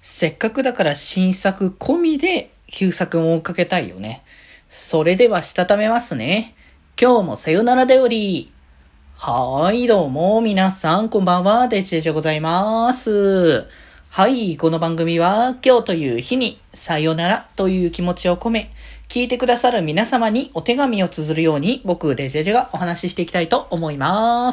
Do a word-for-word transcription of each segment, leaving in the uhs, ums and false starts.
せっかくだから新作込みで旧作も追っかけたいよね。それではしたためますね。今日もさよならでおり。はーい、どうも、皆さん、こんばんは、デジェジでございます。はい、この番組は、今日という日に、さよならという気持ちを込め、聞いてくださる皆様にお手紙を綴るように、僕、デジェジがお話ししていきたいと思います。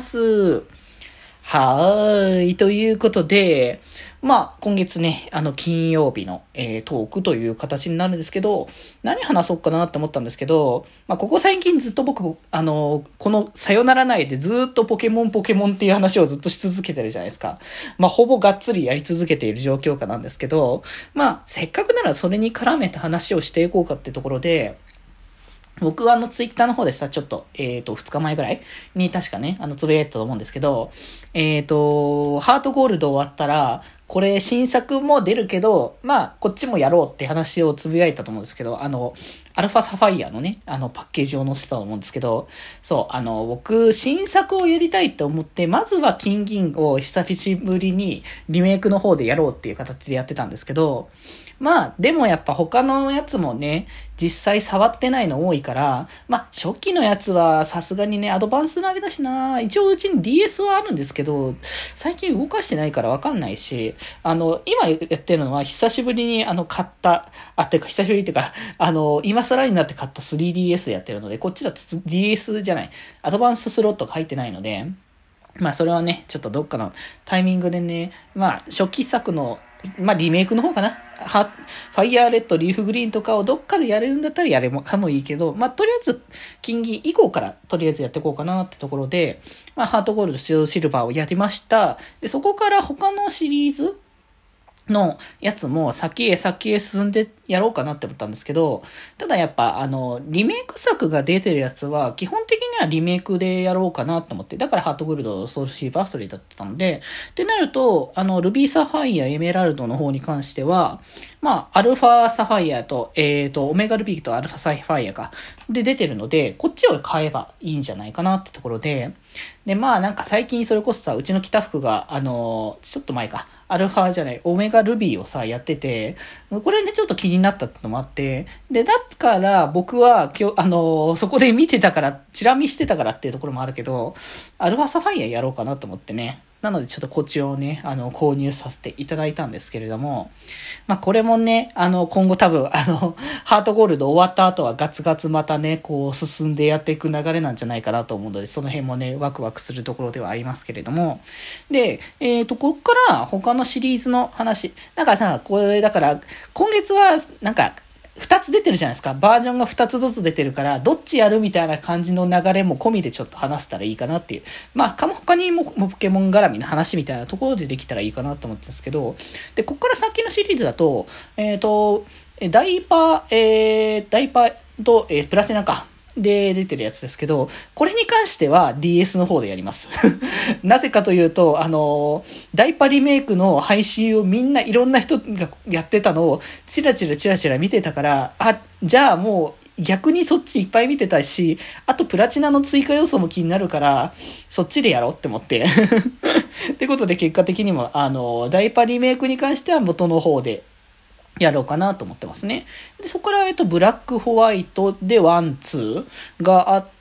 はーい。ということで、まあ、今月ね、あの、金曜日の、えー、トークという形になるんですけど、何話そうかなって思ったんですけど、まあ、ここ最近ずっと僕、あの、このさよならないでずっとポケモンポケモンっていう話をずっとし続けてるじゃないですか。まあ、ほぼがっつりやり続けている状況下なんですけど、まあ、せっかくならそれに絡めた話をしていこうかってところで、僕はあのツイッターの方でさ、ちょっと、えっと、ふつかまえぐらいに確かね、あの、つぶやいたと思うんですけど、えっと、ハートゴールド終わったら、これ新作も出るけど、まあ、こっちもやろうって話をつぶやいたと思うんですけど、あの、アルファサファイアのね、あの、パッケージを載せたと思うんですけど、そう、あの、僕、新作をやりたいと思って、まずは金銀を久しぶりにリメイクの方でやろうっていう形でやってたんですけど、まあ、でもやっぱ他のやつもね、実際触ってないの多いから、まあ、初期のやつはさすがにね、アドバンスのあれだしな、一応うちに ディーエス はあるんですけど、最近動かしてないからわかんないし、あの、今やってるのは久しぶりにあの、買った、あ、てか久しぶりっていうか、あの、今更になって買った スリーディーエス やってるので、こっちだと ディーエス じゃない、アドバンススロットが入ってないので、まあそれはね、ちょっとどっかのタイミングでね、まあ初期作の、まあリメイクの方かな。は、ファイヤーレッド、リーフグリーンとかをどっかでやれるんだったらやれもかもいいけど、まあとりあえず、金銀以降からとりあえずやっていこうかなってところで、まあハートゴールド、シルバーをやりました。で、そこから他のシリーズのやつも先へ先へ進んでやろうかなって思ったんですけど、ただやっぱあの、リメイク作が出てるやつは基本的にはリメイクでやろうかなと思って、だからハートゴールド、ソウルシーバーストリーだったので、ってなると、あの、ルビーサファイア、エメラルドの方に関しては、まあ、アルファサファイアと、えっと、オメガルビーとアルファサファイアか、で出てるので、こっちを買えばいいんじゃないかなってところで、で、まあなんか最近それこそさ、うちの北福が、あの、ちょっと前か、アルファじゃない、オメガルビーをさ、やってて、これね、ちょっと気になったってのもあって、で、だから僕は、今日、あの、そこで見てたから、チラ見してたからっていうところもあるけど、アルファサファイアやろうかなと思ってね。なのでちょっとこっちをね、あの、購入させていただいたんですけれども、まあこれもね、あの、今後多分、あの、ハートゴールド終わった後はガツガツまたね、こう進んでやっていく流れなんじゃないかなと思うので、その辺もね、ワクワクするところではありますけれども、で、えっと、こっから他のシリーズの話、なんかさ、これだから、今月はなんか、二つ出てるじゃないですか。バージョンが二つずつ出てるから、どっちやるみたいな感じの流れも込みでちょっと話せたらいいかなっていう。まあ、かも他にもポケモン絡みの話みたいなところでできたらいいかなと思ってたんですけど、で、こっから先のシリーズだと、えっと、ダイパー、えー、ダイパーと、えー、プラチナか。で出てるやつですけど、これに関しては ディーエス の方でやります。なぜかというと、あの、ダイパリメイクの配信をみんないろんな人がやってたのをチラチラチラチラ見てたから、あ、じゃあもう逆にそっちいっぱい見てたし、あとプラチナの追加要素も気になるから、そっちでやろうって思って。ってことで結果的にも、あの、ダイパリメイクに関しては元の方で、やろうかなと思ってますね。で、そこから、えっと、ブラックホワイトでワン、ツーがあって、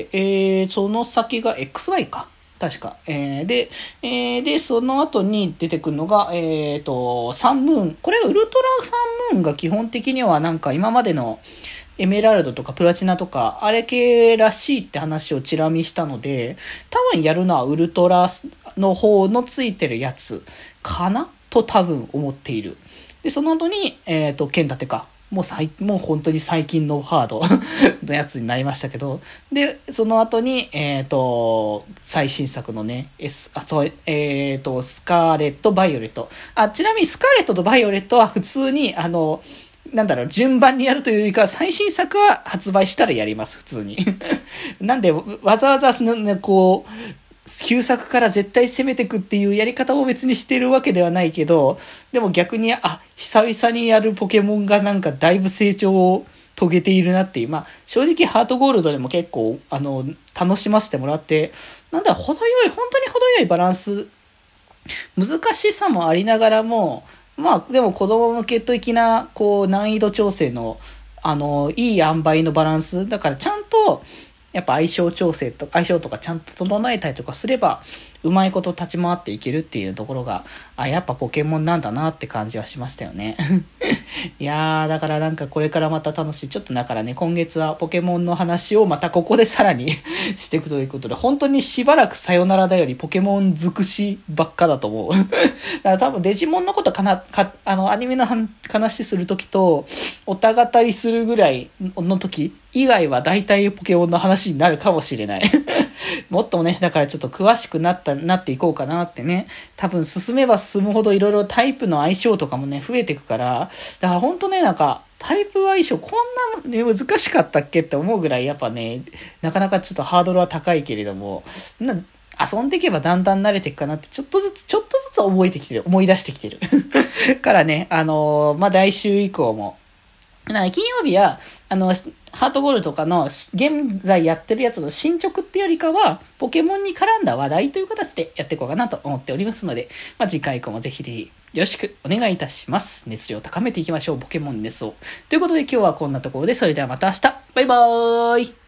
えー、その先が エックスワイ か。確か。えー、で、えー、で、その後に出てくるのが、えっと、サンムーン。これウルトラサンムーンが基本的にはなんか今までのエメラルドとかプラチナとか、あれ系らしいって話をチラ見したので、多分やるのはウルトラの方のついてるやつかなと多分思っている。で、その後に、えっと、剣立てか。もう最、もう本当に最近のハードのやつになりましたけど。で、その後に、えっと、最新作のね、S、あ、そう、えっと、スカーレット、バイオレット。あ、ちなみにスカーレットとバイオレットは普通に、あの、なんだろう、順番にやるというよりか、最新作は発売したらやります、普通に。なんで、わざわざ、ね、こう、旧作から絶対攻めてくっていうやり方を別にしてるわけではないけど、でも逆に、あ、久々にやるポケモンがなんかだいぶ成長を遂げているなっていう。まあ、正直ハートゴールドでも結構、あの、楽しませてもらって、なんだ、程よい、本当に程よいバランス、難しさもありながらも、 まあでも子供向け的なこう難易度調整のあのいい塩梅のバランスだからちゃんとやっぱ相性調整と相性とかちゃんと整えたりとかすればうまいこと立ち回っていけるっていうところがあやっぱポケモンなんだなって感じはしましたよねいやーだからなんかこれからまた楽しいちょっとだからね今月はポケモンの話をまたここでさらにしていくということで本当にしばらくさよならだよりポケモン尽くしばっかだと思うだから多分デジモンのことかなかあのアニメの話するときとおたがたりするぐらいの時以外は大体ポケモンの話になるかもしれないもっとねだからちょっと詳しくなったなっていこうかなってね多分進めば進むほどいろいろタイプの相性とかもね増えていくからだから本当ねなんかタイプ相性こんな難しかったっけって思うぐらいやっぱねなかなかちょっとハードルは高いけれどもな遊んでいけばだんだん慣れていくかなってちょっとずつちょっとずつ覚えてきてる思い出してきてるからねあのー、まあ来週以降も金曜日はあのハートゴールとかの現在やってるやつの進捗ってよりかはポケモンに絡んだ話題という形でやっていこうかなと思っておりますので、まあ、次回以降もぜひぜひよろしくお願いいたします。熱量を高めていきましょうポケモン熱をということで今日はこんなところでそれではまた明日バイバーイ。